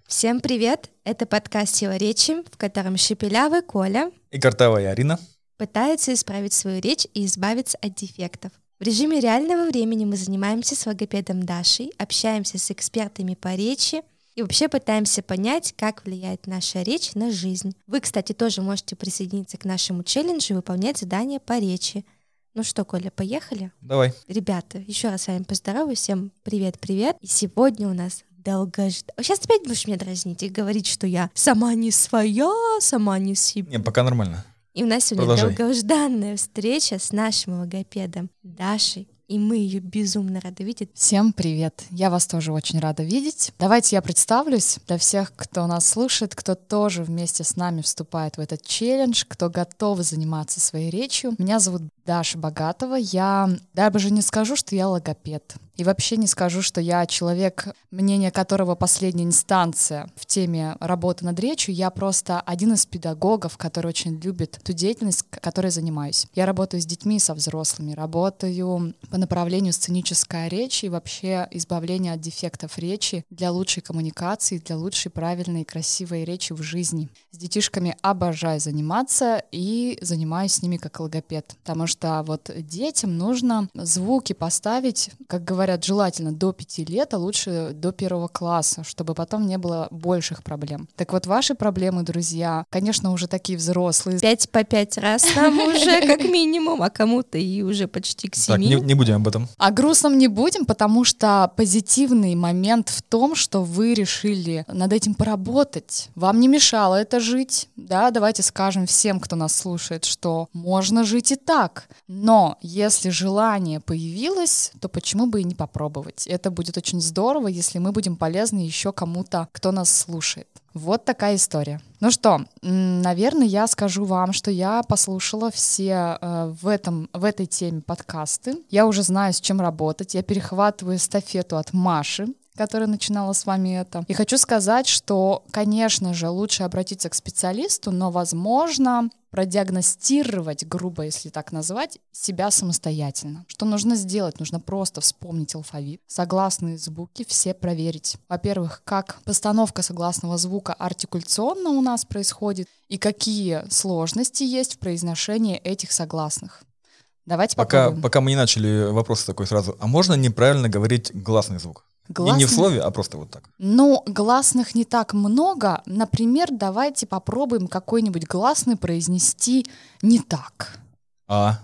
Всем привет! Это подкаст «Сила речи», в котором шепелявый Коля и картавая Арина пытаются исправить свою речь и избавиться от дефектов. В режиме реального времени мы занимаемся с логопедом Дашей, общаемся с экспертами по речи и вообще пытаемся понять, как влияет наша речь на жизнь. Вы, кстати, тоже можете присоединиться к нашему челленджу и выполнять задания по речи. Ну что, Коля, поехали? Давай. Ребята, еще раз с вами поздороваюсь. Всем привет-привет. И сегодня у нас Сейчас опять будешь меня дразнить и говорить, что я сама не своя, сама не себе. Не, пока нормально. И у нас сегодня долгожданная встреча с нашим логопедом Дашей. И мы ее безумно рады видеть. Всем привет! Я вас тоже очень рада видеть. Давайте я представлюсь для всех, кто нас слушает, кто тоже вместе с нами вступает в этот челлендж, кто готов заниматься своей речью. Меня зовут Даша Богатова. Я даже не скажу, что я логопед. И вообще не скажу, что я человек, мнение которого последняя инстанция в теме работы над речью. Я просто один из педагогов, который очень любит ту деятельность, которой занимаюсь. Я работаю с детьми, со взрослыми, работаю по направлению сценическая речь и вообще избавление от дефектов речи для лучшей коммуникации, для лучшей, правильной и красивой речи в жизни. С детишками обожаю заниматься и занимаюсь с ними как логопед, потому что вот детям нужно звуки поставить, как говорят, желательно до 5 лет, а лучше до 1 класса, чтобы потом не было больших проблем. Так вот, ваши проблемы, друзья, конечно, уже такие взрослые. 5 по 5 раз нам уже как минимум, а кому-то и уже почти к 7. Так, не будем об этом. О грустном не будем, потому что позитивный момент в том, что вы решили над этим поработать. Вам не мешало это жить, да? Давайте скажем всем, кто нас слушает, что можно жить и так. Но если желание появилось, то почему бы и не попробовать? Это будет очень здорово, если мы будем полезны еще кому-то, кто нас слушает. Вот такая история. Ну что, наверное, я скажу вам, что я послушала все в этой теме подкасты. Я уже знаю, с чем работать. Я перехватываю эстафету от Маши, которая начинала с вами это. И хочу сказать, что, конечно же, лучше обратиться к специалисту, но, возможно, продиагностировать, грубо если так назвать, себя самостоятельно. Что нужно сделать? Нужно просто вспомнить алфавит, согласные звуки все проверить. Во-первых, как постановка согласного звука артикуляционно у нас происходит и какие сложности есть в произношении этих согласных. Давайте попробуем. Пока мы не начали, вопрос такой сразу. А можно неправильно говорить гласный звук? Гласных? И не в слове, а просто вот так. Ну, гласных не так много. Например, давайте попробуем какой-нибудь гласный произнести не так. Ну,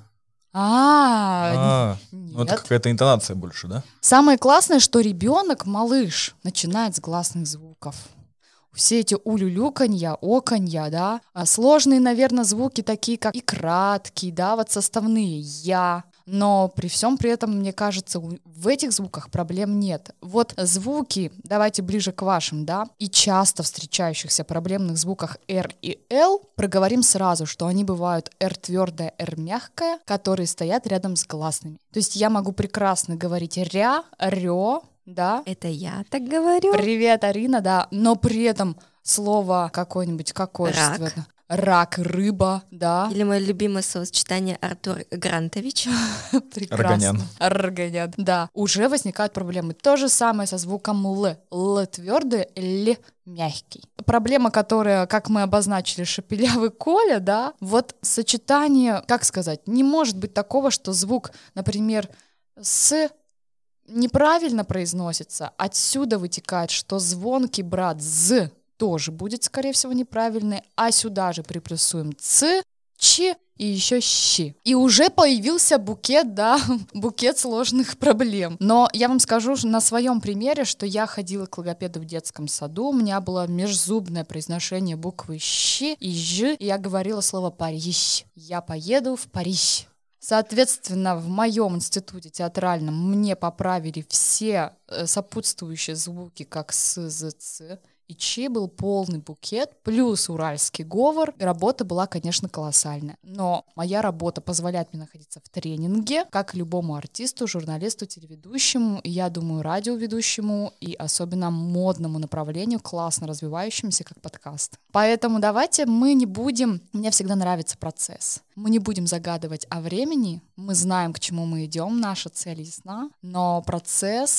это какая-то интонация больше, да? Самое классное, что ребенок, малыш, начинает с гласных звуков. Все эти улюлюканья, оканья, да. Сложные, наверное, звуки такие, как и краткие, да, вот составные «я». Но при всем при этом, мне кажется, в этих звуках проблем нет. Вот звуки, давайте ближе к вашим, да, и часто встречающихся проблемных звуках R и L, проговорим сразу, что они бывают R твердая, R мягкая, которые стоят рядом с гласными. То есть я могу прекрасно говорить ря, рё, да. Это я так говорю. Привет, Арина, да, но при этом слово какое-нибудь, какое же твердое? Рак, рыба, да. Или мое любимое словосочетание Артур Грантович. Прекрасно. Арганян. Да. Уже возникают проблемы. То же самое со звуком Л. Л твердый, Л мягкий. Проблема, которая, как мы обозначили, шепелявый Коля, да, вот сочетание, как сказать, не может быть такого, что звук, например, с неправильно произносится. Отсюда вытекает, что звонкий брат з тоже будет, скорее всего, неправильный, а сюда же приплюсуем ц, ч и еще щи. И уже появился букет, да, букет сложных проблем. Но я вам скажу на своем примере, что я ходила к логопеду в детском саду, у меня было межзубное произношение буквы щ и ж, и я говорила слово «Париж». Я поеду в Париж. Соответственно, в моем институте театральном мне поправили все сопутствующие звуки, как с, з, ц. И чей был полный букет, плюс уральский говор. Работа была, конечно, колоссальная. Но моя работа позволяет мне находиться в тренинге, как любому артисту, журналисту, телеведущему, и, я думаю, радиоведущему, и особенно модному направлению, классно развивающемуся, как подкаст. Поэтому давайте мы не будем... Мне всегда нравится процесс. Мы не будем загадывать о времени, мы знаем, к чему мы идем, наша цель ясна, но процесс...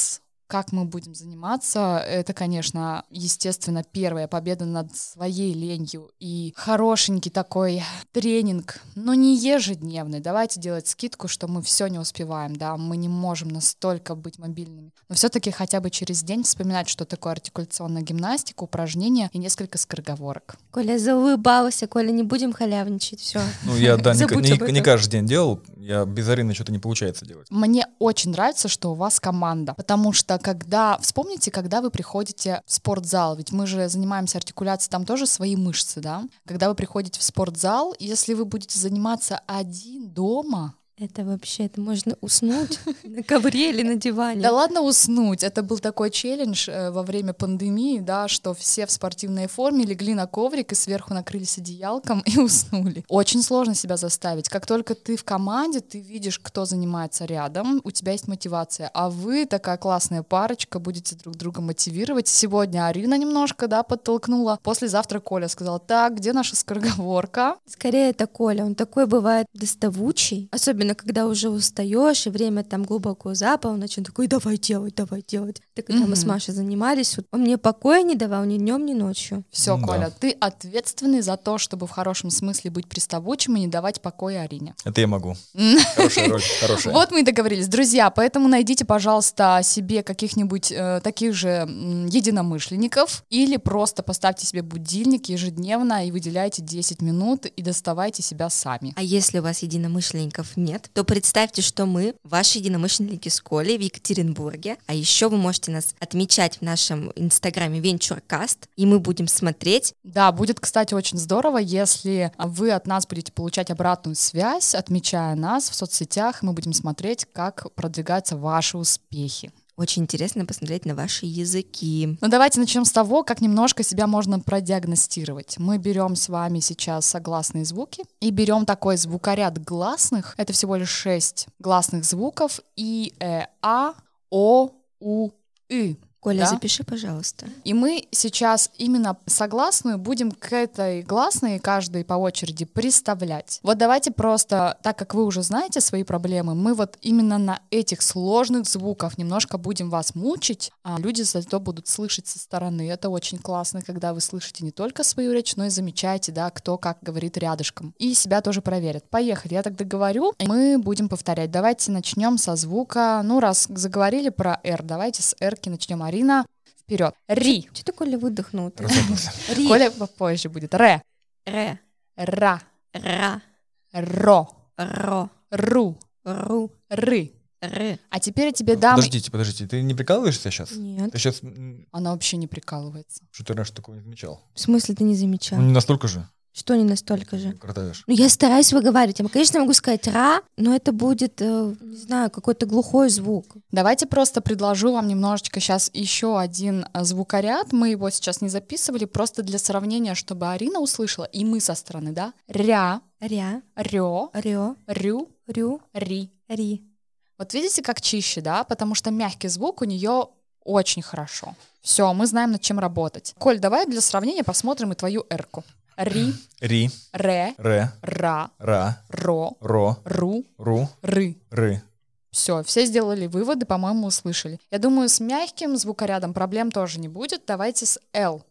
как мы будем заниматься. Это, конечно, естественно, первая победа над своей ленью и хорошенький такой тренинг, но не ежедневный. Давайте делать скидку, что мы все не успеваем, да, мы не можем настолько быть мобильными. Но все-таки хотя бы через день вспоминать, что такое артикуляционная гимнастика, упражнения и несколько скороговорок. Коля заулыбался, Коля, не будем халявничать, все. Ну, я, да, не каждый день делал, я без Арины что-то не получается делать. Мне очень нравится, что у вас команда, потому что вспомните, когда вы приходите в спортзал, ведь мы же занимаемся артикуляцией, там тоже свои мышцы, да? Когда вы приходите в спортзал, если вы будете заниматься один дома... Это можно уснуть на ковре или на диване. Да ладно уснуть, это был такой челлендж во время пандемии, да, что все в спортивной форме легли на коврик и сверху накрылись одеялком и уснули. Очень сложно себя заставить. Как только ты в команде, ты видишь, кто занимается рядом, у тебя есть мотивация, а вы, такая классная парочка, будете друг друга мотивировать. Сегодня Арина немножко, да, подтолкнула, послезавтра Коля сказал: так, где наша скороговорка? Скорее это Коля, он такой бывает доставучий, особенно когда уже устаешь, и время там глубоко за полночь, он такой: давай делать. Так когда мы с Машей занимались, он мне покоя не давал ни днем, ни ночью. Все, Да. Коля, ты ответственный за то, чтобы в хорошем смысле быть приставучим и не давать покоя Арине. Это я могу. Хорошая роль, хорошая. Вот мы и договорились. Друзья, поэтому найдите, пожалуйста, себе каких-нибудь таких же единомышленников или просто поставьте себе будильник ежедневно и выделяйте 10 минут и доставайте себя сами. А если у вас единомышленников нет, то представьте, что мы ваши единомышленники с Колей в Екатеринбурге, а еще вы можете нас отмечать в нашем инстаграме VentureCast, и мы будем смотреть. Да, будет, кстати, очень здорово, если вы от нас будете получать обратную связь, отмечая нас в соцсетях, мы будем смотреть, как продвигаются ваши успехи. Очень интересно посмотреть на ваши языки. Ну давайте начнем с того, как немножко себя можно продиагностировать. Мы берем с вами сейчас согласные звуки и берем такой звукоряд гласных. Это всего лишь 6 гласных звуков: И, А, О, У, И. Коля, Да? запиши, пожалуйста. И мы сейчас именно согласную будем к этой гласной каждой по очереди приставлять. Вот давайте просто, так как вы уже знаете свои проблемы, мы вот именно на этих сложных звуках немножко будем вас мучить, а люди зато будут слышать со стороны. Это очень классно, когда вы слышите не только свою речь, но и замечаете, да, кто как говорит рядышком. И себя тоже проверят. Поехали, я тогда говорю, и мы будем повторять. Давайте начнем со звука, раз заговорили про «Р», давайте с «Р»ки начнем. Арина, вперед. Ри. Что ты, Коля, выдохнул? Расслабился. Ри. Коля попозже будет. Ре. Ре. Ра. Ра. Ро. Ро. Ру. Ру. Ры. Р. А теперь я тебе дам... Подождите, ты не прикалываешься сейчас? Нет. Ты сейчас Она вообще не прикалывается. что-то раньше такого не замечал. В смысле ты не замечал? Ну, не настолько же Что не настолько же? картавишь. Ну, я стараюсь выговаривать. Я, конечно, могу сказать «ра», но это будет, не знаю, какой-то глухой звук. Давайте просто предложу вам немножечко сейчас еще один звукоряд. Мы его сейчас не записывали, просто для сравнения, чтобы Арина услышала, и мы со стороны, да? Ря, Ря, рё, рё, рю, рю, ри. ри. Вот видите, как чище, да? Потому что мягкий звук у нее очень хорошо. Все, мы знаем, над чем работать. Коль, давай для сравнения посмотрим и твою эрку. Ри, Ри, ре, ре, ра, ра, ро, ро, ру, ру, ры. ры. Все сделали выводы, по-моему, услышали. Я думаю, с мягким звукорядом проблем тоже не будет. Давайте с Л.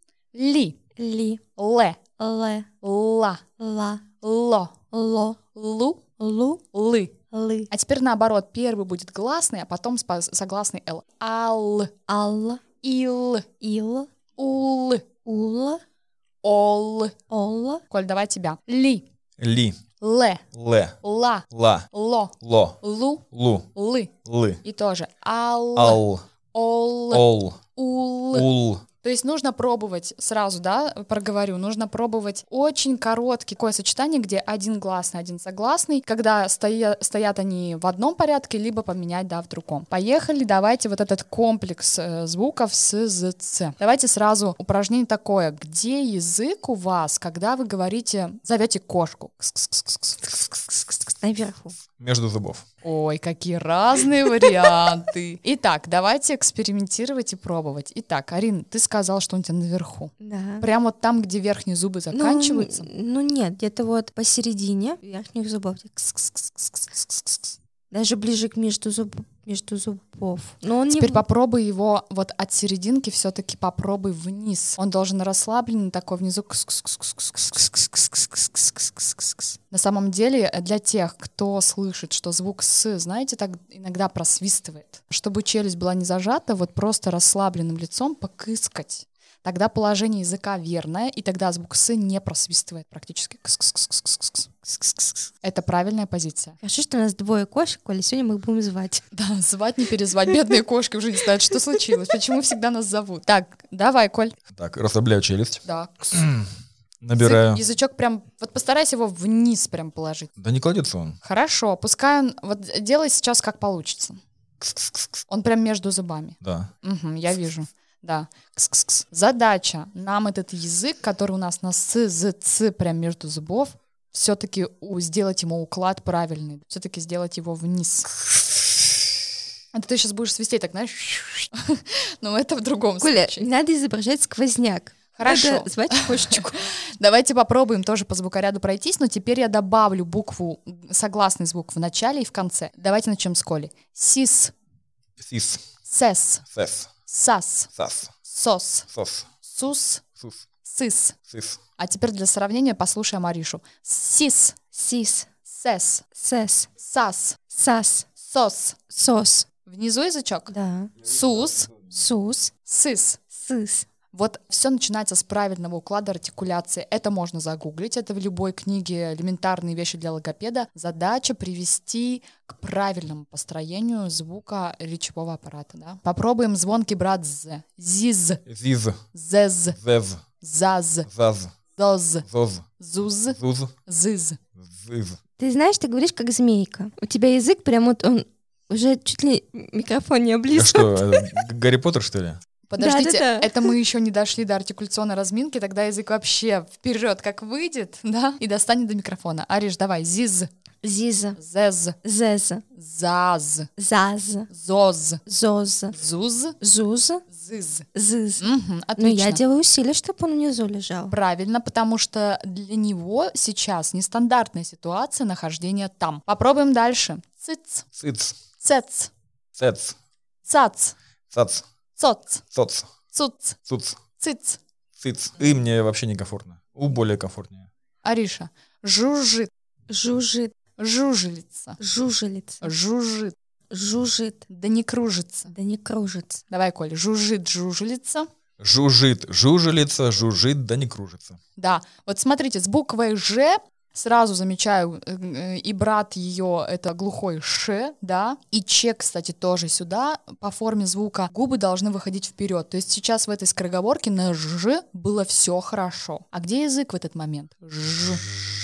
Ли, Ли, ле, ле, ла, ла, ло, ло, лу, лу, лы. лы. А теперь наоборот, первый будет гласный, а потом согласный Л. Ал, Ал, ил, ил, ул, ул, ол. ол, Коль, давай тебя. Ли, Ли, ле, ле, ла, ла, ло, ло, лу, лу, лы. лы. И тоже ал, Ал, ол, ол, ул. ул. То есть нужно пробовать, сразу, да, проговорю, нужно пробовать очень короткий такое сочетание, где один гласный, один согласный, когда стоят они в одном порядке, либо поменять, да, в другом. Поехали, давайте вот этот комплекс звуков с ЗЦ. Давайте сразу упражнение такое, где язык у вас, когда вы говорите, зовете кошку. наверху. Между зубов. Ой, какие разные варианты. Итак, давайте экспериментировать и пробовать. Итак, Арин, ты сказал, что он у тебя наверху. Да. Прямо вот там, где верхние зубы заканчиваются? Ну нет, где-то вот посередине верхних зубов. Даже ближе к между Между зубов. Но он Теперь не... попробуй его вот от серединки все-таки попробуй вниз. Он должен расслабленный такой внизу. На самом деле, для тех, кто слышит, что звук «с», знаете, так иногда просвистывает. Чтобы челюсть была не зажата, вот просто расслабленным лицом покыскать. Тогда положение языка верное, и тогда звук «с» не просвистывает практически. Это правильная позиция. Хорошо, что у нас 2 кошек, Коля, сегодня мы их будем звать. Да, звать не перезвать. Бедные кошки уже не знают, что случилось, почему всегда нас зовут. Так, давай, Коль. Так, расслабляю челюсть. Да. Набираю. Язычок прям, вот постарайся его вниз прям положить. Да не кладется он. Хорошо, пускай он, вот делай сейчас как получится. Он прям между зубами. Да. Угу, я вижу. Да. Кс-кс-кс. Задача нам этот язык, который у нас на с, з, ц, прям между зубов, все-таки сделать ему уклад правильный, все-таки сделать его вниз. Это ты сейчас будешь свистеть, так, знаешь, но это в другом Коля, случае. не надо изображать сквозняк. Хорошо. Надо звать кошечку. Давайте попробуем тоже по звукоряду пройтись, но теперь я добавлю букву, согласный звук в начале и в конце. Давайте начнем с Коли. Сис. Сис. Сес. Сес. Сас. Сас. Сос. Сос. Сус. Сус. Сыс. Сис. А теперь для сравнения послушаем Аришу. Сис. Сис. Сес. Сес. Сас. Сас. Сос. Сос. Внизу язычок. Да. Сус. Сус. Сыс. Сыс. Вот все начинается с правильного уклада артикуляции. Это можно загуглить, это в любой книге «Элементарные вещи для логопеда». Задача привести к правильному построению звука речевого аппарата. Да? Попробуем звонкий брат «з». Зиз. Зиз. Зез. Зез. Заз. Заз. Зоз. Зоз. Зуз. Зуз. Зыз. Зиз. Ты знаешь, ты говоришь как змейка. У тебя язык прям вот он уже чуть ли микрофон не А облизал. что, это Гарри Поттер, что ли? Подождите, Да-да-да. это мы еще не дошли до артикуляционной разминки, тогда язык вообще вперед как выйдет, да, и достанет до микрофона. Ариш, давай, зиз, Зиза. зез, Зеза. заз, Заза. зоз, Зоза. зуз, Зуза. зыз. Зыз. Мгм, Но отлично. я делаю усилия, чтобы он внизу лежал. Правильно, потому что для него сейчас нестандартная ситуация нахождения там. Попробуем дальше. Цыц, Циц. цец, Цец. цац, Цац. цоц, Соц. цуц, Цуц. цыц. Циц. И мне вообще некомфортно. У более комфортнее. Ариша, жужжит, Жужжит. жужжится, Жужелица. жужжит, Жужжит. да не кружится. Да не кружится. Давай, Коля, жужжит, жужжится. Жужжит, жужелица, жужжит, да не кружится. Да, вот смотрите, с буквой «Ж» сразу замечаю, и брат ее это глухой «ш», да, и «ч», кстати, тоже сюда по форме звука губы должны выходить вперед. То есть сейчас в этой скороговорке на «ж» было все хорошо. А где язык в этот момент? Ж.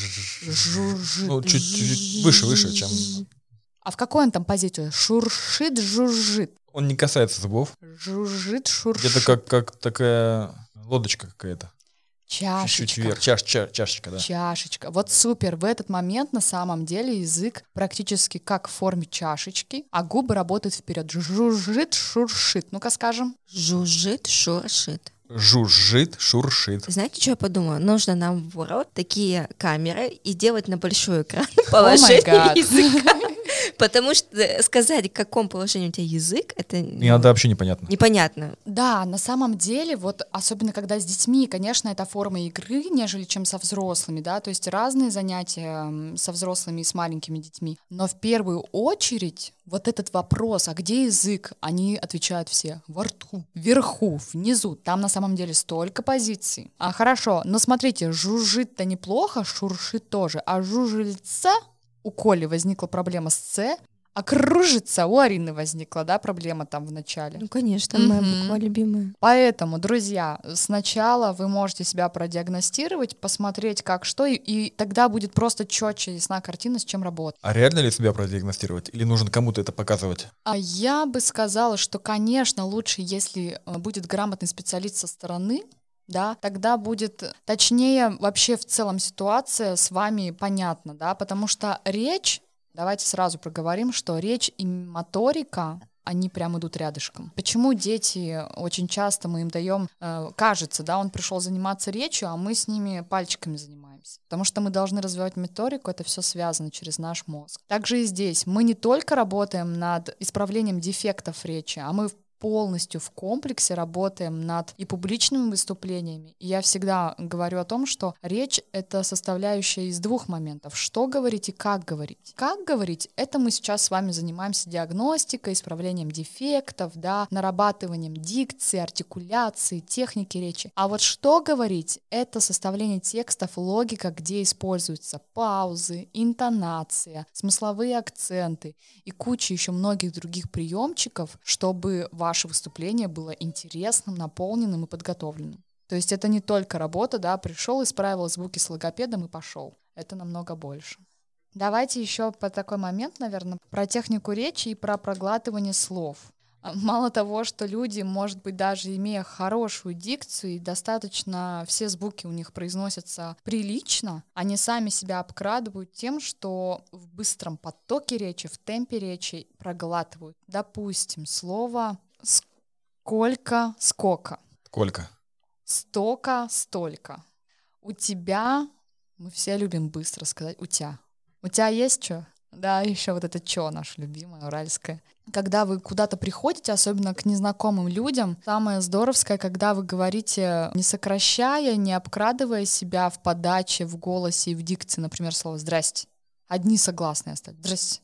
Жужжит. Ну, чуть выше, чем... А в какой он там позиции? Шуршит, жужжит. Он не касается зубов. Жужжит, шуршит. Где-то как такая лодочка какая-то. Чашечка. Чуть-чуть вверх. Чашечка, да. Чашечка. Вот супер. В этот момент на самом деле язык практически как в форме чашечки, а губы работают вперед. Жужжит, шуршит. Ну-ка скажем. Жужжит, шуршит. Жужжит, шуршит. Знаете, что я подумала? Нужно нам в рот такие камеры и делать на большой экран положение God. языка. Потому что сказать, в каком положении у тебя язык, это Иногда вообще непонятно. непонятно. Да, на самом деле, вот особенно когда с детьми, конечно, это форма игры, нежели чем со взрослыми, да, то есть разные занятия со взрослыми и с маленькими детьми. Но в первую очередь вот этот вопрос, а где язык, они отвечают все во рту, вверху, внизу, там на самом деле столько позиций. А хорошо, но смотрите, жужжит-то неплохо, шуршит тоже, а жужжится... У Коли возникла проблема с «ц», а кружится у Арины возникла, да, проблема там в начале. Ну, конечно, моя буква любимая. Поэтому, друзья, сначала вы можете себя продиагностировать, посмотреть, как что, и тогда будет просто четче, ясна картина, с чем работать. А реально ли себя продиагностировать? Или нужно кому-то это показывать? А я бы сказала, что, конечно, лучше, если будет грамотный специалист со стороны, да, тогда будет точнее вообще в целом ситуация с вами понятна, да, потому что речь, давайте сразу проговорим, что речь и моторика, они прям идут рядышком. Почему дети очень часто мы им даем, кажется, да, он пришел заниматься речью, а мы с ними пальчиками занимаемся. занимаемся. Потому что мы должны развивать моторику, это все связано через наш мозг. Также и здесь мы не только работаем над исправлением дефектов речи, а мы полностью в комплексе работаем над и публичными выступлениями. И я всегда говорю о том, что речь — это составляющая из двух моментов. Что говорить и как говорить. Как говорить — это мы сейчас с вами занимаемся диагностикой, исправлением дефектов, да, нарабатыванием дикции, артикуляции, техники речи. А вот что говорить — это составление текстов, логика, где используются паузы, интонация, смысловые акценты и куча еще многих других приемчиков, чтобы ваше выступление было интересным, наполненным и подготовленным. То есть это не только работа, да, пришел, исправил звуки с логопедом и пошел. Это намного больше. Давайте еще по такой момент, наверное, про технику речи и про проглатывание слов. Мало того, что люди, может быть, даже имея хорошую дикцию и достаточно все звуки у них произносятся прилично, они сами себя обкрадывают тем, что в быстром потоке речи, в темпе речи проглатывают. Допустим, слово «сколько», «сколько». Сколько? «Стока», «столько». У тебя, мы все любим быстро сказать, у тебя. У тебя есть что? Да, еще вот это чё наше любимое, уральское. Когда вы куда-то приходите, особенно к незнакомым людям, самое здоровское, когда вы говорите, не сокращая, не обкрадывая себя в подаче, в голосе и в дикции, например, слово «здрасте». Одни согласные оставить. «Здрасте».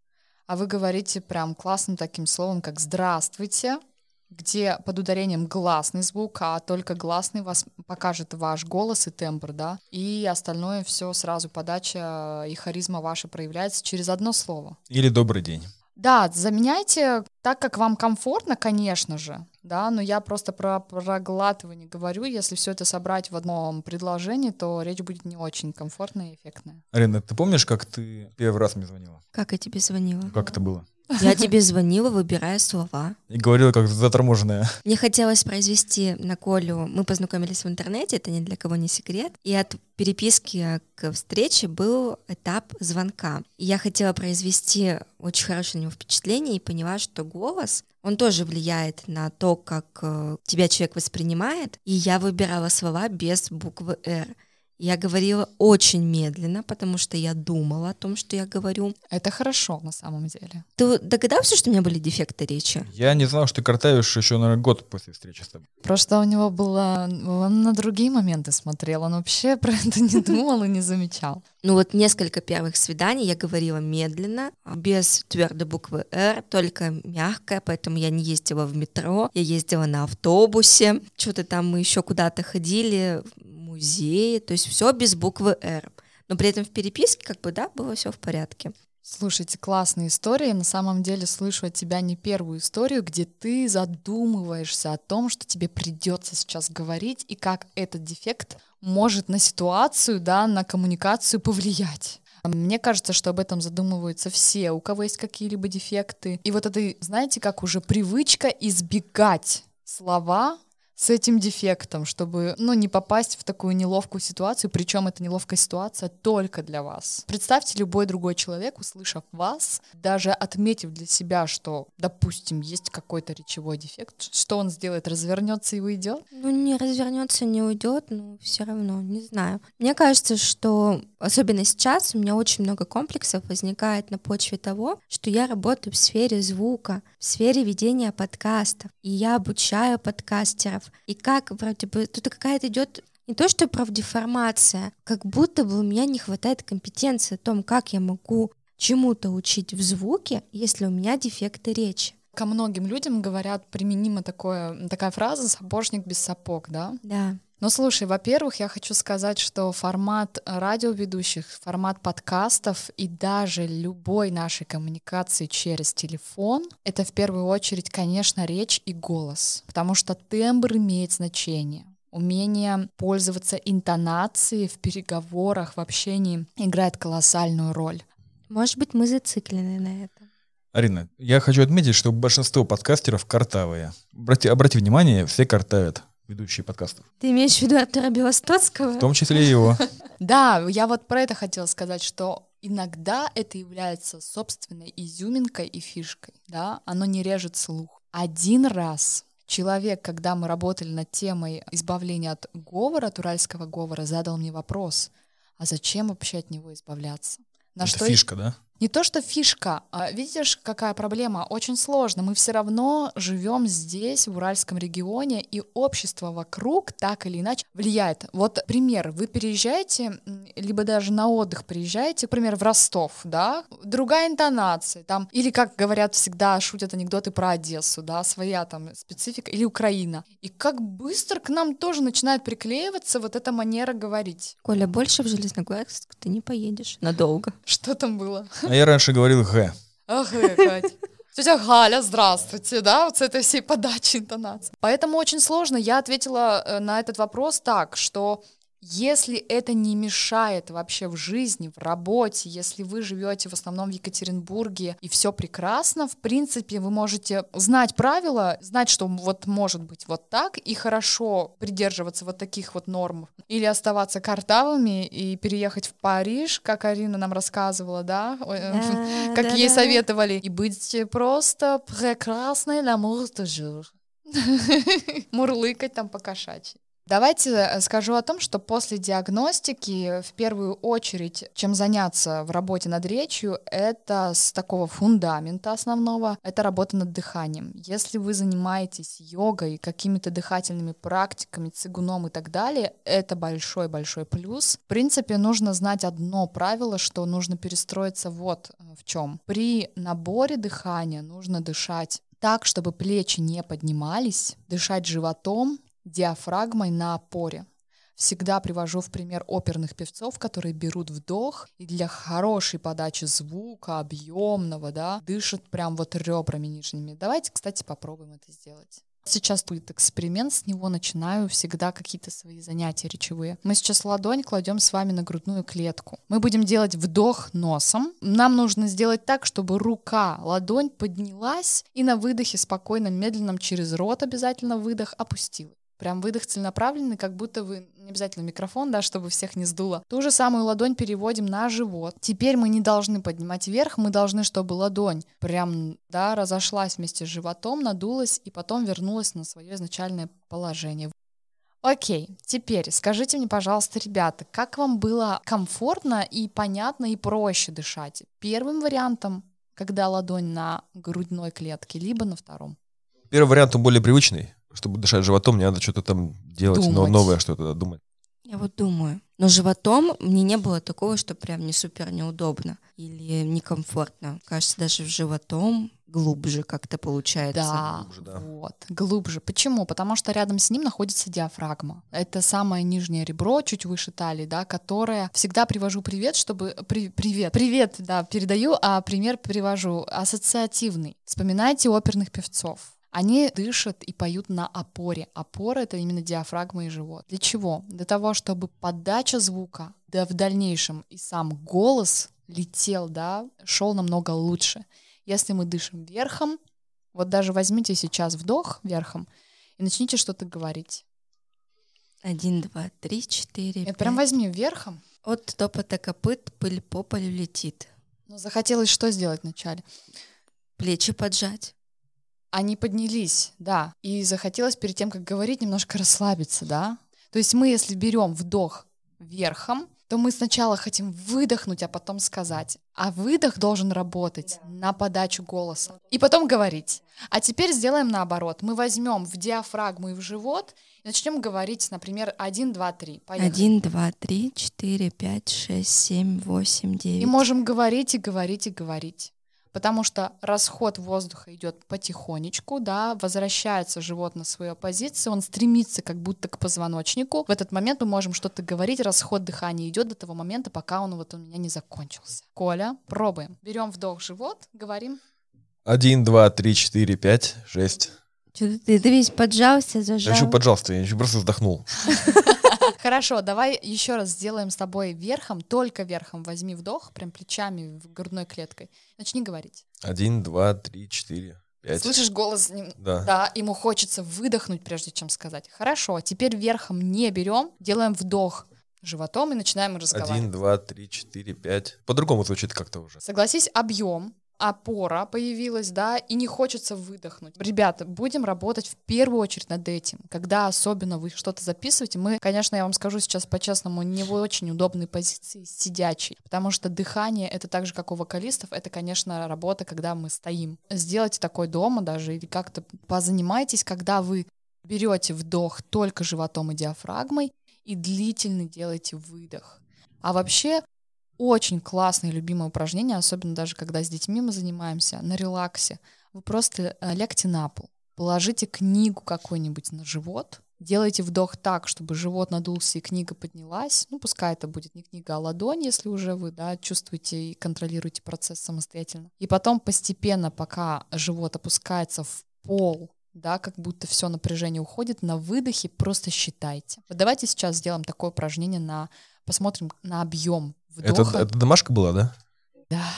А вы говорите прям классным таким словом, как «здравствуйте», где под ударением гласный звук, а только гласный вас покажет ваш голос и тембр, да, и остальное все сразу подача и харизма ваша проявляется через одно слово. Или «добрый день». Да, заменяйте так, как вам комфортно, конечно же, да, но я просто про проглатывание говорю. Если все это собрать в одном предложении, то речь будет не очень комфортная и эффектная. Арина, ты помнишь, как ты первый раз мне звонила? Как я тебе звонила? Как это было? Я тебе звонила, выбирая слова. И говорила, как заторможенная. Мне хотелось произвести на Колю... Мы познакомились в интернете, это ни для кого не секрет. И от переписки к встрече был этап звонка. И я хотела произвести очень хорошее на него впечатление и поняла, что голос, он тоже влияет на то, как тебя человек воспринимает. И я выбирала слова без буквы «Р». Я говорила очень медленно, потому что я думала о том, что я говорю. Это хорошо на самом деле. Ты догадался, что у меня были дефекты речи? Я не знал, что ты картавишь еще, наверное, год после встречи с тобой. Просто у него было... Он на другие моменты смотрел, он вообще про это не думал и не замечал. Ну вот несколько первых свиданий я говорила медленно, без твердой буквы «Р», только мягкая, поэтому я не ездила в метро, я ездила на автобусе, что-то там мы еще куда-то ходили, музеи, то есть все без буквы «Р». Но при этом в переписке как бы, да, было все в порядке. Слушайте, классные истории. На самом деле слышу от тебя не первую историю, где ты задумываешься о том, что тебе придется сейчас говорить, и как этот дефект может на ситуацию, да, на коммуникацию повлиять. Мне кажется, что об этом задумываются все, у кого есть какие-либо дефекты. И вот это, знаете, как уже привычка избегать слова с этим дефектом, чтобы, не попасть в такую неловкую ситуацию, причем эта неловкая ситуация только для вас. Представьте, любой другой человек, услышав вас, даже отметив для себя, что, допустим, есть какой-то речевой дефект, что он сделает? Развернется и уйдет? Не развернется, не уйдет, но все равно, не знаю. Мне кажется, что особенно сейчас у меня очень много комплексов возникает на почве того, что я работаю в сфере звука, в сфере ведения подкастов, и я обучаю подкастеров. И как вроде бы тут какая-то идет не то что профдеформация, как будто бы у меня не хватает компетенции о том, как я могу чему-то учить в звуке, если у меня дефекты речи. Ко многим людям говорят применима такая фраза «сапожник без сапог», да? Да. Но слушай, во-первых, я хочу сказать, что формат радиоведущих, формат подкастов и даже любой нашей коммуникации через телефон — это в первую очередь, конечно, речь и голос, потому что тембр имеет значение. Умение пользоваться интонацией в переговорах, в общении играет колоссальную роль. Может быть, мы зациклены на этом. Арина, я хочу отметить, что большинство подкастеров картавые. Обрати внимание, все картавят. Ведущие подкастов. Ты имеешь в виду Артура Белостоцкого? В том числе и его. Да, я вот про это хотела сказать, что иногда это является собственной изюминкой и фишкой, да, оно не режет слух. Один раз человек, когда мы работали над темой избавления от говора, от уральского говора, задал мне вопрос: А зачем вообще от него избавляться? Это фишка, да? Не то, что фишка. Видишь, какая проблема? Очень сложно. Мы все равно живем здесь, в Уральском регионе, и общество вокруг так или иначе влияет. Вот пример. Вы переезжаете, либо даже на отдых приезжаете, например, в Ростов, да? Другая интонация. Там, или, как говорят всегда, шутят анекдоты про Одессу, да? Своя там специфика. Или Украина. И как быстро к нам тоже начинает приклеиваться вот эта манера говорить. Коля, больше в Железногорск ты не поедешь надолго. Что там было? А я раньше говорил «г». Ах, Кать. Тетя Галя, здравствуйте, да, вот с этой всей подачей интонации. Поэтому очень сложно. Я ответила на этот вопрос так, что если это не мешает вообще в жизни, в работе, если вы живете в основном в Екатеринбурге и все прекрасно, в принципе, вы можете знать правила, знать, что вот может быть вот так, и хорошо придерживаться вот таких вот норм. Или оставаться картавыми и переехать в Париж, как Арина нам рассказывала, да, как ей советовали, и быть просто прекрасной l'amour toujours. Мурлыкать там по-кошачьи. Давайте скажу о том, что после диагностики в первую очередь, чем заняться в работе над речью, это с такого фундамента основного, это работа над дыханием. Если вы занимаетесь йогой, какими-то дыхательными практиками, цигуном и так далее, это большой-большой плюс. В принципе, нужно знать одно правило, что нужно перестроиться вот в чем. При наборе дыхания нужно дышать так, чтобы плечи не поднимались, дышать животом, диафрагмой на опоре. Всегда привожу в пример оперных певцов, которые берут вдох и для хорошей подачи звука, объемного, да, дышат прям вот ребрами нижними. Давайте, кстати, попробуем это сделать. Сейчас будет эксперимент, с него начинаю всегда какие-то свои занятия речевые. Мы сейчас ладонь кладем с вами на грудную клетку. Мы будем делать вдох носом. Нам нужно сделать так, чтобы рука, ладонь поднялась и на выдохе спокойно, медленном через рот обязательно выдох опустилась. Прям выдох целенаправленный, как будто вы, не обязательно микрофон, да, чтобы всех не сдуло. Ту же самую ладонь переводим на живот. Теперь мы не должны поднимать вверх, мы должны, чтобы ладонь прям, да, разошлась вместе с животом, надулась и потом вернулась на свое изначальное положение. Окей, теперь скажите мне, пожалуйста, ребята, как вам было комфортно и понятно и проще дышать? Первым вариантом, когда ладонь на грудной клетке, либо на втором? Первый вариант, он более привычный. Чтобы дышать животом, мне надо что-то там делать, новое что-то думать. Я вот думаю. Но животом мне не было такого, что прям не супер неудобно или некомфортно. Кажется, даже в животом глубже как-то получается. Да, глубже, да. Вот, глубже. Почему? Потому что рядом с ним находится диафрагма. Это самое нижнее ребро, чуть выше талии, да, которое всегда привожу привет, чтобы... Привет, да, передаю, а пример привожу ассоциативный. Вспоминайте оперных певцов. Они дышат и поют на опоре. Опора — это именно диафрагма и живот. Для чего? Для того, чтобы подача звука, да в дальнейшем и сам голос летел, да, шел намного лучше. Если мы дышим верхом, вот даже возьмите сейчас вдох верхом и начните что-то говорить. 1, 2, 3, 4, 5. Это прям возьми верхом. От топота копыт пыль по полю летит. Но захотелось что сделать вначале? Плечи поджать. Они поднялись, да, и захотелось перед тем, как говорить, немножко расслабиться, да. То есть мы, если берем вдох верхом, то мы сначала хотим выдохнуть, а потом сказать. А выдох должен работать на подачу голоса. И потом говорить. А теперь сделаем наоборот. Мы возьмем в диафрагму и в живот и начнем говорить, например, 1, 2, 3. Поехали. 1, 2, 3, 4, 5, 6, 7, 8, 9. И можем говорить и говорить и говорить. Потому что расход воздуха идет потихонечку, да, возвращается живот на свою позицию, он стремится как будто к позвоночнику. В этот момент мы можем что-то говорить, расход дыхания идет до того момента, пока он вот у меня не закончился. Коля, пробуем. Берем вдох, живот, говорим. 1, 2, 3, 4, 5, 6. Что ты весь поджался, зажал? Я еще поджался, я еще просто вздохнул. Хорошо, давай еще раз сделаем с тобой верхом, только верхом. Возьми вдох, прям плечами, грудной клеткой. Начни говорить. 1, 2, 3, 4, 5. Слышишь голос? Да. Ему хочется выдохнуть, прежде чем сказать. Хорошо, теперь верхом не берем, делаем вдох животом и начинаем разговаривать. 1, 2, 3, 4, 5. По-другому звучит как-то уже. Согласись, объем. опора появилась, да, и не хочется выдохнуть. Ребята, будем работать в первую очередь над этим. Когда особенно вы что-то записываете, мы, конечно, я вам скажу сейчас по-честному, не в очень удобной позиции сидячей, потому что дыхание, это так же, как у вокалистов, это, конечно, работа, когда мы стоим. Сделайте такое дома даже или как-то позанимайтесь, когда вы берете вдох только животом и диафрагмой и длительный делаете выдох. А вообще очень классное любимое упражнение, особенно даже когда с детьми мы занимаемся, на релаксе. Вы просто лягте на пол, положите книгу какую-нибудь на живот, делайте вдох так, чтобы живот надулся и книга поднялась. Ну, пускай это будет не книга, а ладонь, если уже вы, да, чувствуете и контролируете процесс самостоятельно. И потом постепенно, пока живот опускается в пол, да, как будто все напряжение уходит, на выдохе просто считайте. Вот давайте сейчас сделаем такое упражнение посмотрим на объем вдоха. Это домашка была, да? Да.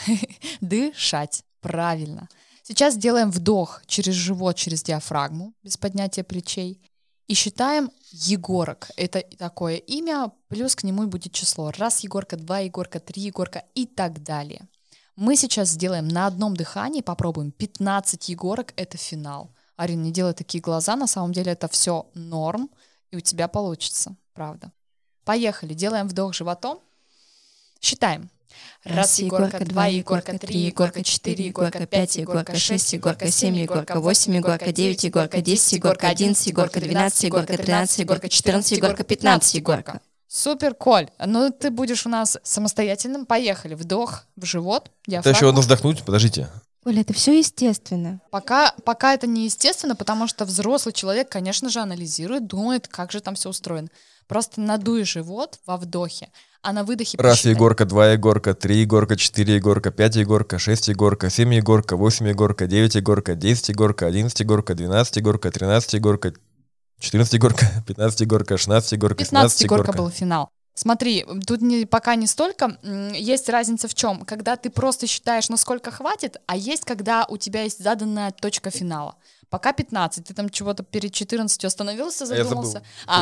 Дышать. Правильно. Сейчас делаем вдох через живот, через диафрагму, без поднятия плечей. И считаем Егорок. Это такое имя, плюс к нему будет число. 1 Егорка, 2 Егорка, 3 Егорка и так далее. Мы сейчас сделаем на одном дыхании, попробуем 15 Егорок, это финал. Арин, не делай такие глаза, на самом деле это все норм, и у тебя получится, правда. Поехали, делаем вдох животом, считаем. 1 Егорка, 2 Егорка, 3 Егорка, 4 Егорка, 5 Егорка, 6 Егорка, 7 Егорка, 8 Егорка, 9 Егорка, 10 Егорка, 11 Егорка, 12 Егорка, 13 Егорка, 14 Егорка, 15 Егорка. Супер, Коль. Ну, ты будешь у нас самостоятельным. Поехали. Вдох в живот, диафрагма. Это еще нужно вздохнуть, подождите. Оля, это все естественно. Пока это не естественно, потому что взрослый человек, конечно же, анализирует, думает, как же там все устроено. Просто надуй живот во вдохе, а на выдохе 1 посчитай. Егорка, 2 Егорка, 3 Егорка, 4 Егорка, 5 Егорка, 6 Егорка, 7 Егорка, 8 Егорка, 9 Егорка, 10 Егорка, 11 Егорка, 12 Егорка, 13 Егорка, 14 Егорка, 15 Егорка, 16 Егорка, 15 17 Егорка был финал. Смотри, тут пока не столько, есть разница в чем, когда ты просто считаешь, насколько хватит, а есть, когда у тебя есть заданная точка финала. Пока 15, ты там чего-то перед 14 остановился, задумался.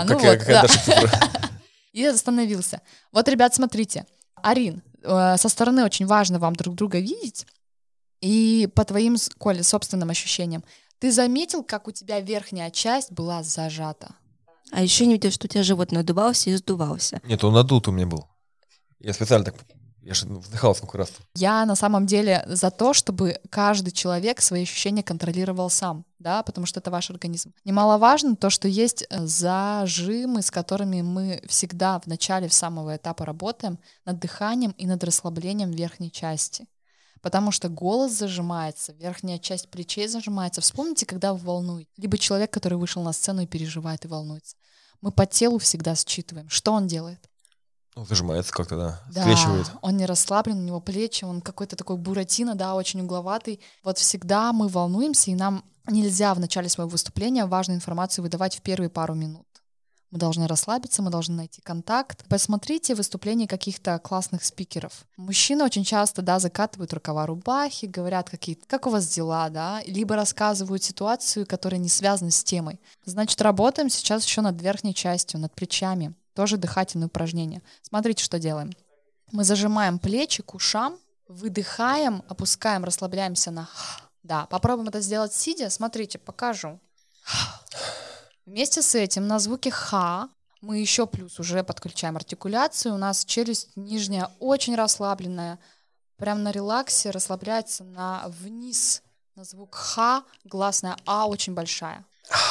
И остановился. Вот, ребят, смотрите. Арин, со стороны очень важно вам друг друга видеть, и по твоим, Коля, собственным ощущениям, ты заметил, как у тебя верхняя часть была зажата? А еще не видел, что у тебя живот надувался и сдувался. Нет, он надут у меня был. Я специально так... Я же вздыхал сколько раз. Я на самом деле за то, чтобы каждый человек свои ощущения контролировал сам, да, потому что это ваш организм. Немаловажно то, что есть зажимы, с которыми мы всегда в начале, в самого этапа работаем над дыханием и над расслаблением верхней части. Потому что голос зажимается, верхняя часть плечей зажимается. Вспомните, когда вы волнуете. Либо человек, который вышел на сцену и переживает, и волнуется. Мы по телу всегда считываем. Что он делает? Ну, зажимается как-то, да. Скрещивает. Он не расслаблен, у него плечи, он какой-то такой буратино, да, очень угловатый. Вот всегда мы волнуемся, и нам нельзя в начале своего выступления важную информацию выдавать в первые пару минут. Мы должны расслабиться, мы должны найти контакт. Посмотрите выступления каких-то классных спикеров. Мужчины очень часто, да, закатывают рукава рубахи, говорят какие-то, как у вас дела, да, либо рассказывают ситуацию, которая не связана с темой. Значит, работаем сейчас еще над верхней частью, над плечами. Тоже дыхательные упражнения. Смотрите, что делаем. Мы зажимаем плечи к ушам, выдыхаем, опускаем, расслабляемся на... Да, попробуем это сделать сидя. Смотрите, покажу. Вместе с этим на звуке «ха» мы еще плюс уже подключаем артикуляцию. У нас челюсть нижняя очень расслабленная. Прям на релаксе расслабляется вниз. На звук «ха» гласная «а» очень большая.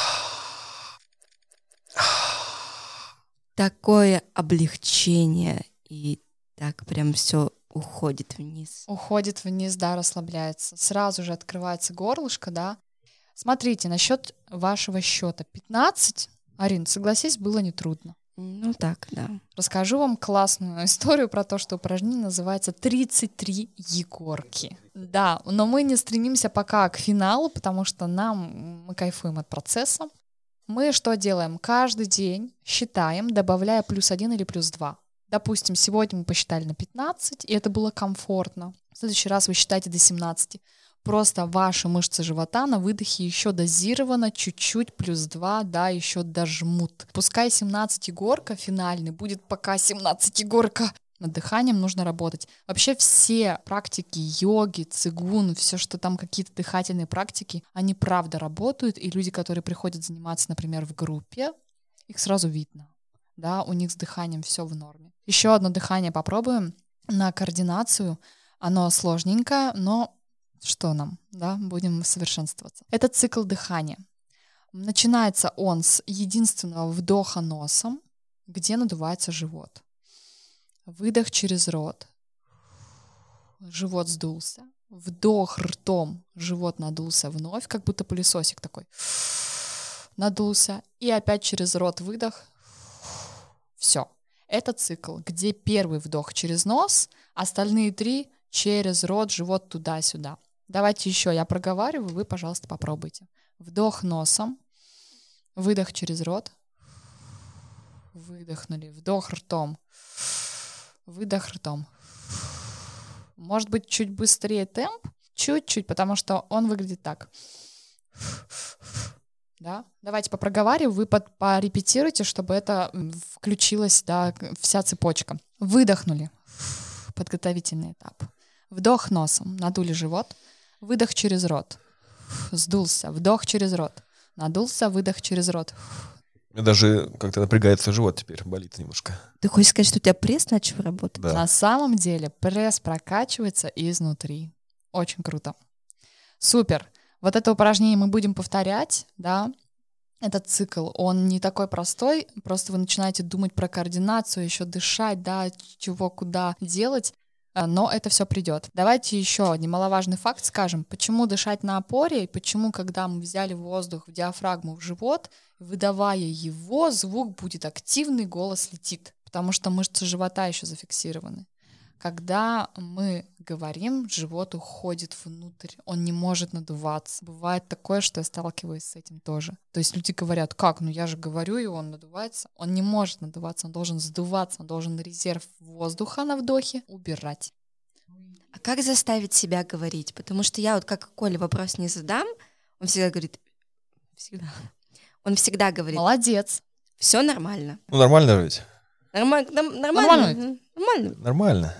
Такое облегчение, и так прям все уходит вниз. Уходит вниз, да, расслабляется. Сразу же открывается горлышко, да. Смотрите, насчет вашего счета. 15, Арин, согласись, было нетрудно. Ну так, да. Расскажу вам классную историю про то, что упражнение называется 33 Егорки. Да, но мы не стремимся пока к финалу, потому что мы кайфуем от процесса. Мы что делаем? Каждый день считаем, добавляя +1 или +2. Допустим, сегодня мы посчитали на 15, и это было комфортно. В следующий раз вы считаете до 17. Просто ваши мышцы живота на выдохе еще дозировано, чуть-чуть +2, да, еще дожмут. Пускай 17 Егорка финальный будет пока 17 Егорка. Над дыханием нужно работать. Вообще все практики йоги, цигун, все, что там какие-то дыхательные практики, они правда работают, и люди, которые приходят заниматься, например, в группе, их сразу видно. Да, у них с дыханием все в норме. Еще одно дыхание попробуем на координацию. Оно сложненькое, но что нам, да, будем совершенствоваться. Это цикл дыхания. Начинается он с единственного вдоха носом, где надувается живот. Выдох через рот. Живот сдулся. Вдох ртом. Живот надулся вновь, как будто пылесосик такой. Надулся. И опять через рот выдох. Все. Это цикл, где первый вдох через нос, остальные 3 через рот, живот туда-сюда. Давайте еще, я проговариваю, вы, пожалуйста, попробуйте. Вдох носом, выдох через рот, выдохнули, вдох ртом, выдох ртом. Может быть, чуть быстрее темп, чуть-чуть, потому что он выглядит так. Да? Давайте попроговариваю, вы порепетируйте, чтобы это включилась, да, вся цепочка. Выдохнули. Подготовительный этап. Вдох носом, надули живот. Выдох через рот. Сдулся. Вдох через рот. Надулся, выдох через рот. У меня даже как-то напрягается живот теперь, болит немножко. Ты хочешь сказать, что у тебя пресс начал работать? Да. На самом деле пресс прокачивается изнутри. Очень круто. Супер. Вот это упражнение мы будем повторять, да. Этот цикл, он не такой простой, просто вы начинаете думать про координацию, еще дышать, да, чего, куда делать, но это все придет. Давайте еще немаловажный факт скажем, почему дышать на опоре, и почему, когда мы взяли воздух в диафрагму, в живот, выдавая его, звук будет активный, голос летит, потому что мышцы живота еще зафиксированы. Когда мы говорим, живот уходит внутрь, он не может надуваться. Бывает такое, что я сталкиваюсь с этим тоже. То есть люди говорят, как, ну я же говорю, и он надувается. Он не может надуваться, он должен сдуваться, он должен резерв воздуха на вдохе убирать. А как заставить себя говорить? Потому что я вот как Коле вопрос не задам, он всегда говорит, он всегда говорит. Молодец. Все нормально. Ну, нормально ведь? Нормально. Нормально.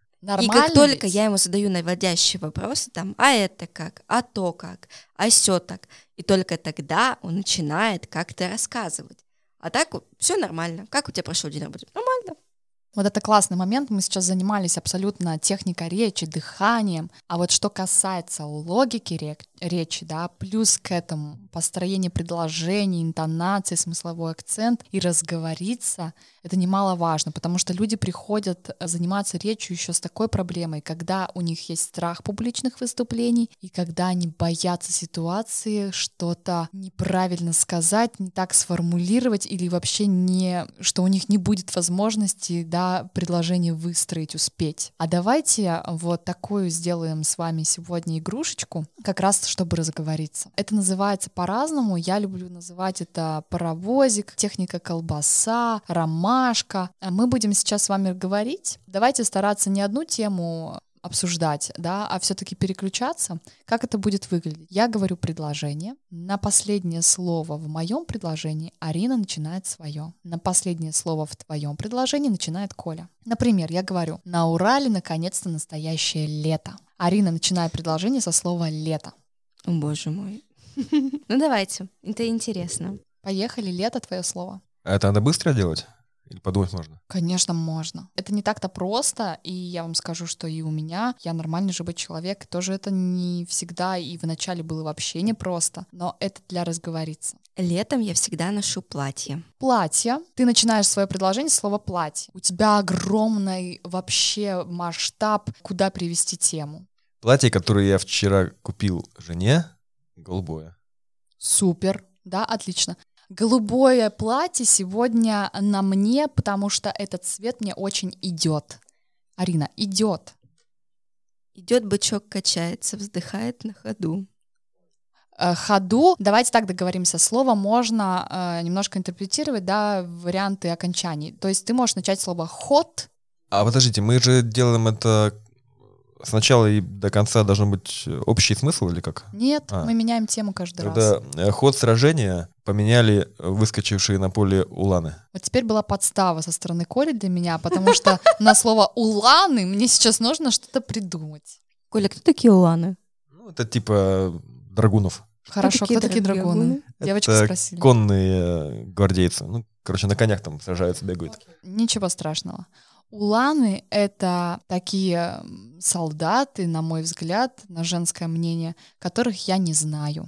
И как только я ему задаю наводящие вопросы, там, а это как, а то как, а сё так, и только тогда он начинает как-то рассказывать. А так все нормально. Как у тебя прошел день работы? Нормально. Вот это классный момент. Мы сейчас занимались абсолютно техникой речи, дыханием. А вот что касается логики речи, да, плюс к этому построение предложений, интонации, смысловой акцент и разговориться, это немаловажно, потому что люди приходят заниматься речью еще с такой проблемой, когда у них есть страх публичных выступлений и когда они боятся ситуации что-то неправильно сказать, не так сформулировать или вообще что у них не будет возможности, да, предложение выстроить, успеть. А давайте вот такую сделаем с вами сегодня игрушечку, как раз чтобы разговориться. Это называется по-разному. Я люблю называть это паровозик, техника колбаса, ромашка. Мы будем сейчас с вами говорить. Давайте стараться не одну тему обсуждать, да, а все-таки переключаться. Как это будет выглядеть? Я говорю предложение. На последнее слово в моем предложении Арина начинает свое. На последнее слово в твоем предложении начинает Коля. Например, я говорю: на Урале наконец-то настоящее лето. Арина начинает предложение со слова «лето». О, боже мой. Ну давайте, это интересно. Поехали, лето, твое слово. А это надо быстро делать? Или подумать можно? Конечно, можно. Это не так-то просто, и я вам скажу, что и у меня, я нормальный живой человек, тоже это не всегда и вначале было вообще непросто, но это для разговориться. Летом я всегда ношу платье. Платье. Ты начинаешь свое предложение с слова «платье». У тебя огромный вообще масштаб, куда привести тему. Платье, которое я вчера купил жене, голубое. Супер, да, отлично. Голубое платье сегодня на мне, потому что этот цвет мне очень идет. Арина, идет. Идет бычок, качается, вздыхает на ходу. Ходу, давайте так договоримся, слово можно немножко интерпретировать, да, варианты окончаний. То есть ты можешь начать слово ход. А подождите, мы же делаем это сначала и до конца должен быть общий смысл или как? Нет, мы меняем тему каждый раз. Тогда ход сражения поменяли выскочившие на поле уланы. Вот теперь была подстава со стороны Коли для меня, потому что на слово «уланы» мне сейчас нужно что-то придумать. Коля, кто такие уланы? Ну, это типа драгунов. Хорошо, кто такие драгуны? Девочки спросили. Конные гвардейцы. Ну, короче, на конях там сражаются, бегают. Ничего страшного. Уланы — это такие солдаты, на мой взгляд, на женское мнение, которых я не знаю.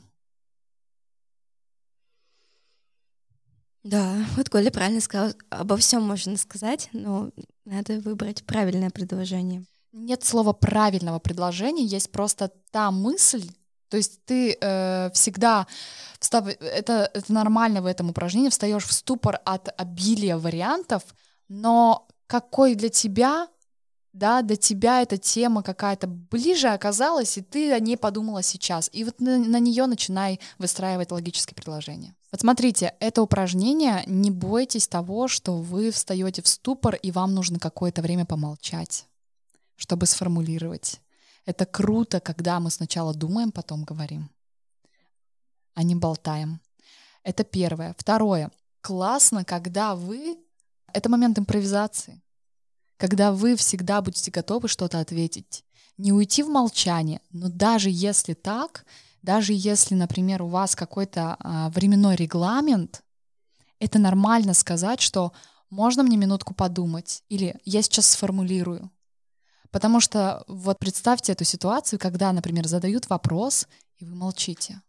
Да, вот Коля правильно сказал. Обо всем можно сказать, но надо выбрать правильное предложение. Нет слова правильного предложения, есть просто та мысль. То есть ты всегда, это нормально в этом упражнении, встаешь в ступор от обилия вариантов, но какой для тебя, да, для тебя эта тема какая-то ближе оказалась, и ты о ней подумала сейчас. И вот на нее начинай выстраивать логические предложения. Вот смотрите, это упражнение, не бойтесь того, что вы встаете в ступор, и вам нужно какое-то время помолчать, чтобы сформулировать. Это круто, когда мы сначала думаем, потом говорим, а не болтаем. Это первое. Второе. Классно, когда вы... Это момент импровизации. Когда вы всегда будете готовы что-то ответить. Не уйти в молчание, но даже если так, даже если, например, у вас какой-то временной регламент, это нормально сказать, что можно мне минутку подумать, или я сейчас сформулирую. Потому что вот представьте эту ситуацию, когда, например, задают вопрос, и вы молчите.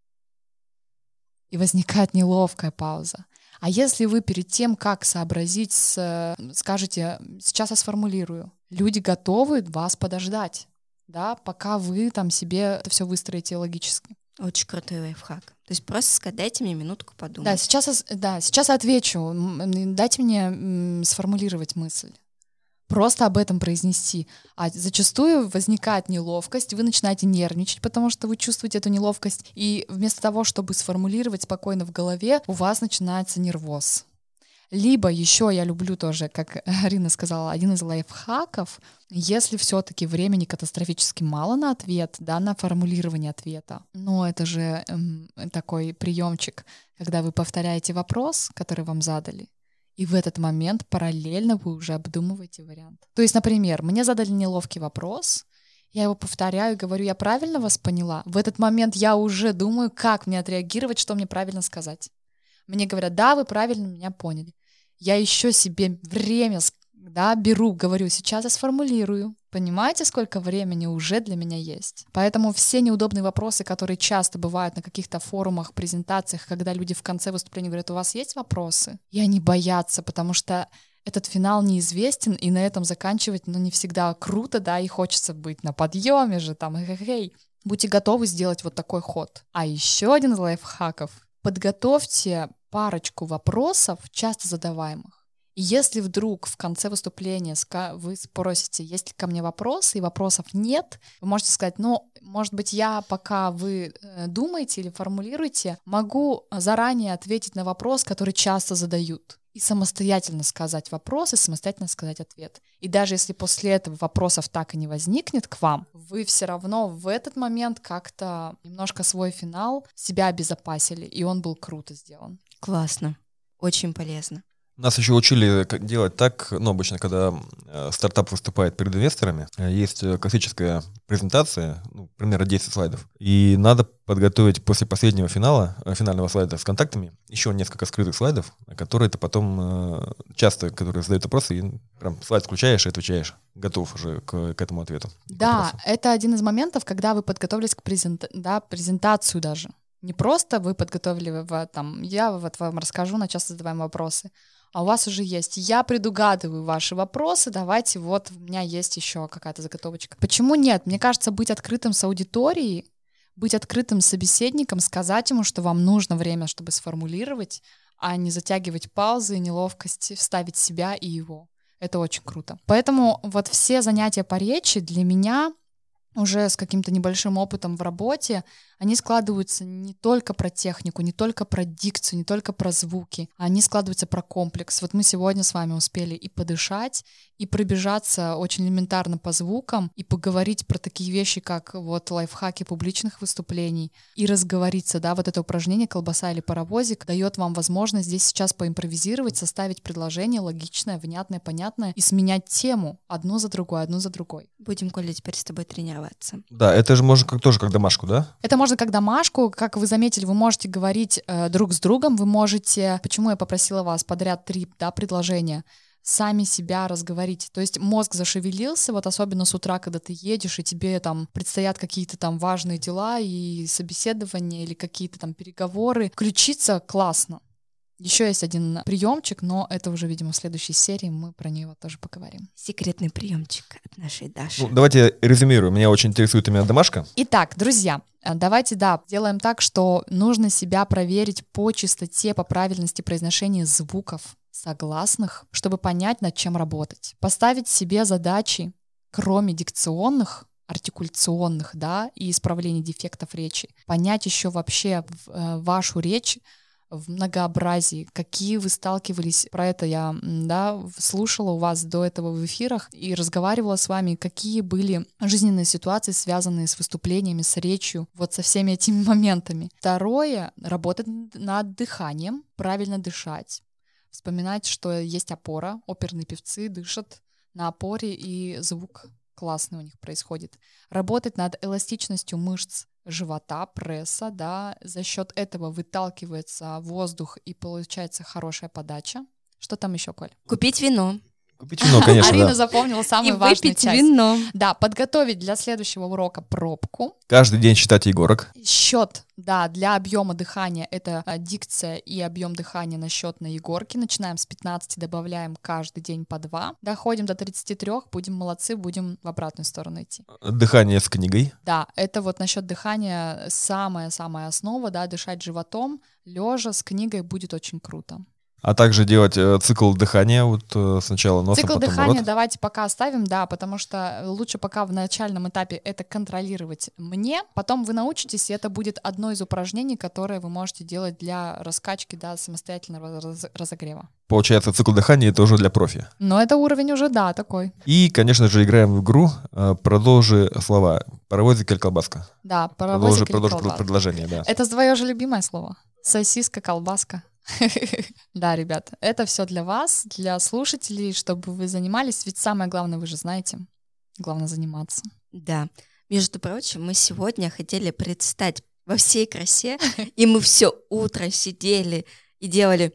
И возникает неловкая пауза. А если вы перед тем, как сообразить, скажете, сейчас я сформулирую, люди готовы вас подождать, да, пока вы там себе это все выстроите логически. Очень крутой лайфхак. То есть просто сказать, дайте мне минутку подумать. Да, сейчас отвечу, дайте мне сформулировать мысль. Просто об этом произнести. А зачастую возникает неловкость, вы начинаете нервничать, потому что вы чувствуете эту неловкость, и вместо того, чтобы сформулировать спокойно в голове, у вас начинается нервоз. Либо еще я люблю тоже, как Арина сказала, один из лайфхаков, если все-таки времени катастрофически мало на ответ, да, на формулирование ответа, но это же такой приемчик, когда вы повторяете вопрос, который вам задали, и в этот момент параллельно вы уже обдумываете вариант. То есть, например, мне задали неловкий вопрос, я его повторяю и говорю, я правильно вас поняла? В этот момент я уже думаю, как мне отреагировать, что мне правильно сказать. Мне говорят, да, вы правильно меня поняли. Я еще себе время, да, беру, говорю, сейчас я сформулирую. Понимаете, сколько времени уже для меня есть? Поэтому все неудобные вопросы, которые часто бывают на каких-то форумах, презентациях, когда люди в конце выступления говорят, у вас есть вопросы? И они боятся, потому что этот финал неизвестен, и на этом заканчивать, не всегда круто, да, и хочется быть на подъеме же, там, хей. Будьте готовы сделать вот такой ход. А еще один из лайфхаков. Подготовьте парочку вопросов, часто задаваемых. И если вдруг в конце выступления вы спросите, есть ли ко мне вопросы, и вопросов нет, вы можете сказать, может быть, я, пока вы думаете или формулируете, могу заранее ответить на вопрос, который часто задают, и самостоятельно сказать вопрос, и самостоятельно сказать ответ. И даже если после этого вопросов так и не возникнет к вам, вы все равно в этот момент как-то немножко свой финал себя обезопасили, и он был круто сделан. Классно, очень полезно. Нас еще учили делать так, обычно, когда стартап выступает перед инвесторами, есть классическая презентация, примерно 10 слайдов, и надо подготовить после последнего финального слайда с контактами, еще несколько скрытых слайдов, которые ты потом которые задают вопросы, и прям слайд включаешь и отвечаешь, готов уже к этому ответу. Да, это один из моментов, когда вы подготовились к презентацию даже. Не просто вы подготовили, я вам расскажу на часто задаваемые вопросы, а у вас уже есть. Я предугадываю ваши вопросы, давайте, у меня есть еще какая-то заготовочка. Почему нет? Мне кажется, быть открытым с аудиторией, быть открытым с собеседником, сказать ему, что вам нужно время, чтобы сформулировать, а не затягивать паузы, неловкости, вставить себя и его. Это очень круто. Поэтому вот все занятия по речи для меня уже с каким-то небольшим опытом в работе, они складываются не только про технику, не только про дикцию, не только про звуки, они складываются про комплекс. Вот мы сегодня с вами успели и подышать, и пробежаться очень элементарно по звукам, и поговорить про такие вещи, как вот лайфхаки публичных выступлений, и разговориться, да, вот это упражнение «Колбаса или паровозик» дает вам возможность здесь сейчас поимпровизировать, составить предложение логичное, внятное, понятное, и сменять тему одну за другой. Будем, Коля, теперь с тобой тренироваться. Да, это же можно тоже как домашку, да? Это можно как домашку, как вы заметили, вы можете говорить друг с другом, вы можете, почему я попросила вас подряд 3 предложения, сами себя разговорить. То есть мозг зашевелился, вот особенно с утра, когда ты едешь, и тебе там предстоят какие-то там важные дела и собеседования или какие-то там переговоры. Включиться классно. Еще есть один приемчик, но это уже, видимо, в следующей серии, мы про него тоже поговорим. Секретный приемчик от нашей Даши. Ну, давайте резюмирую. Меня очень интересует именно домашка. Итак, друзья, давайте, делаем так, что нужно себя проверить по чистоте, по правильности произношения звуков согласных, чтобы понять, над чем работать. Поставить себе задачи, кроме дикционных, артикуляционных, и исправления дефектов речи. Понять еще вообще вашу речь в многообразии, какие вы сталкивались, про это я слушала у вас до этого в эфирах и разговаривала с вами, какие были жизненные ситуации, связанные с выступлениями, с речью, вот со всеми этими моментами. Второе, работать над дыханием, правильно дышать, вспоминать, что есть опора, оперные певцы дышат на опоре, и звук классный у них происходит. Работать над эластичностью мышц живота, пресса, за счет этого выталкивается воздух и получается хорошая подача. Что там еще, Коль? Купить вино. Купить вино, конечно, Арина запомнила самую важную часть. И выпить вино. Да, подготовить для следующего урока пробку. Каждый день считать егорок. Счет, для объема дыхания, это дикция и объем дыхания на счет на егорке. Начинаем с 15, добавляем каждый день по 2. Доходим до 33, будем молодцы, будем в обратную сторону идти. Дыхание с книгой. Да, это вот насчет дыхания самая-самая основа, дышать животом, лежа с книгой будет очень круто. А также делать цикл дыхания, вот сначала носом, цикл потом дыхания рот. давайте пока оставим, потому что лучше пока в начальном этапе это контролировать мне, потом вы научитесь, и это будет одно из упражнений, которое вы можете делать для раскачки, самостоятельного разогрева. Получается, цикл дыхания это уже для профи. Но это уровень уже, такой. И, конечно же, играем в игру «Продолжи слова». Паровозик или колбаска? Да, паровозик или колбаска. Продолжи предложение, да. Это твое же любимое слово. Сосиска, колбаска. Да, ребят, это все для вас, для слушателей, чтобы вы занимались, ведь самое главное, вы же знаете, главное заниматься. Да, между прочим, мы сегодня хотели предстать во всей красе, и мы все утро сидели и делали,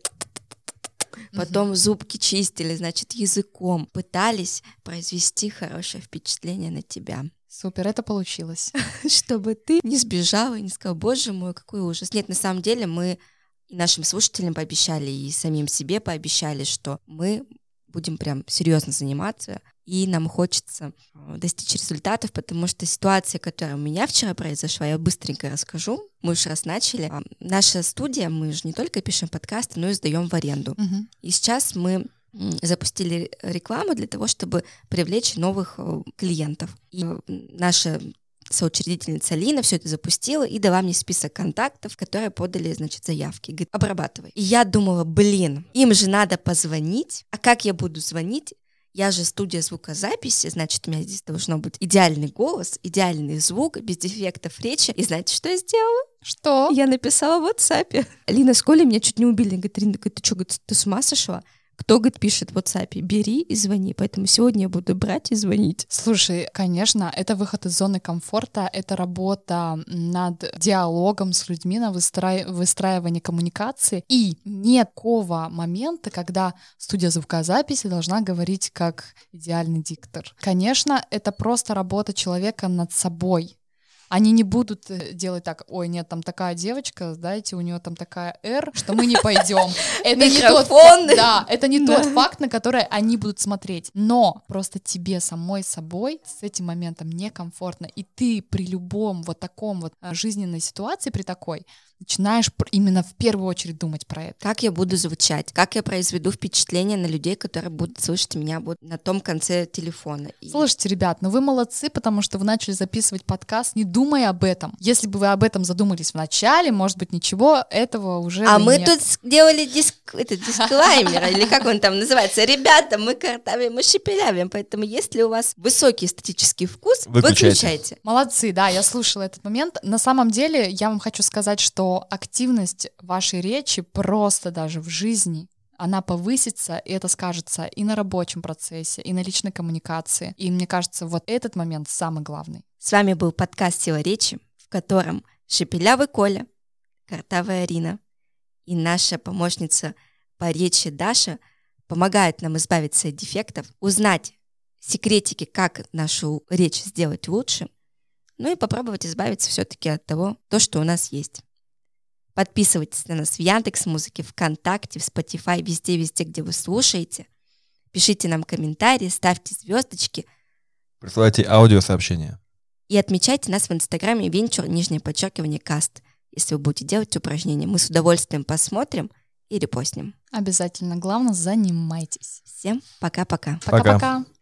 потом зубки чистили, значит, языком, пытались произвести хорошее впечатление на тебя. Супер, это получилось. Чтобы ты не сбежала и не сказала: боже мой, какой ужас. Нет, на самом деле мы и нашим слушателям пообещали, и самим себе пообещали, что мы будем прям серьезно заниматься, и нам хочется достичь результатов, потому что ситуация, которая у меня вчера произошла, я быстренько расскажу. Мы уж раз начали. Наша студия, мы же не только пишем подкасты, но и сдаем в аренду. И сейчас мы запустили рекламу для того, чтобы привлечь новых клиентов. И наша соучредительница Лина все это запустила и дала мне список контактов, которые подали, значит, заявки. Говорит: обрабатывай. И я думала, им же надо позвонить. А как я буду звонить? Я же студия звукозаписи, значит, у меня здесь должно быть идеальный голос, идеальный звук, без дефектов речи. И знаете, что я сделала? Что? Я написала в WhatsApp. Лина с Колей меня чуть не убили. Говорит: Рина, ты что, ты с ума сошла? Кто, говорит, пишет в WhatsApp? Бери и звони. Поэтому сегодня я буду брать и звонить. Слушай, конечно, это выход из зоны комфорта, это работа над диалогом с людьми, на выстраивание коммуникации. И нет такого момента, когда студия звукозаписи должна говорить как идеальный диктор. Конечно, это просто работа человека над собой. Они не будут делать так: ой, нет, там такая девочка, знаете, у нее там такая R, что мы не пойдем. Это не тот факт, это не тот факт, на который они будут смотреть. Но просто тебе самой собой с этим моментом некомфортно, и ты при любом вот таком вот жизненной ситуации, при такой, начинаешь именно в первую очередь думать про это. Как я буду звучать, как я произведу впечатление на людей, которые будут слышать меня на том конце телефона. Слушайте, ребят, ну вы молодцы, потому что вы начали записывать подкаст, не думая об этом. Если бы вы об этом задумались в начале, может быть, ничего этого уже мы нет. тут делали дисклаймер, или как он там называется. Ребята, мы картавим, мы шепелявим, поэтому если у вас высокий эстетический вкус, выключайте. Молодцы, да, я слушала этот момент. На самом деле, я вам хочу сказать, что активность вашей речи просто даже в жизни, она повысится, и это скажется и на рабочем процессе, и на личной коммуникации. И мне кажется, вот этот момент самый главный. С вами был подкаст «Сила речи», в котором шепелявый Коля, картавая Арина и наша помощница по речи Даша помогают нам избавиться от дефектов, узнать секретики, как нашу речь сделать лучше, ну и попробовать избавиться все-таки от того, что у нас есть. Подписывайтесь на нас в Яндекс.Музыке, ВКонтакте, в Spotify, везде, где вы слушаете. Пишите нам комментарии, ставьте звездочки. Присылайте аудиосообщения. И отмечайте нас в Инстаграме _каст. Если вы будете делать упражнения, мы с удовольствием посмотрим и репостнем. Обязательно. Главное, занимайтесь. Всем пока-пока. Пока-пока.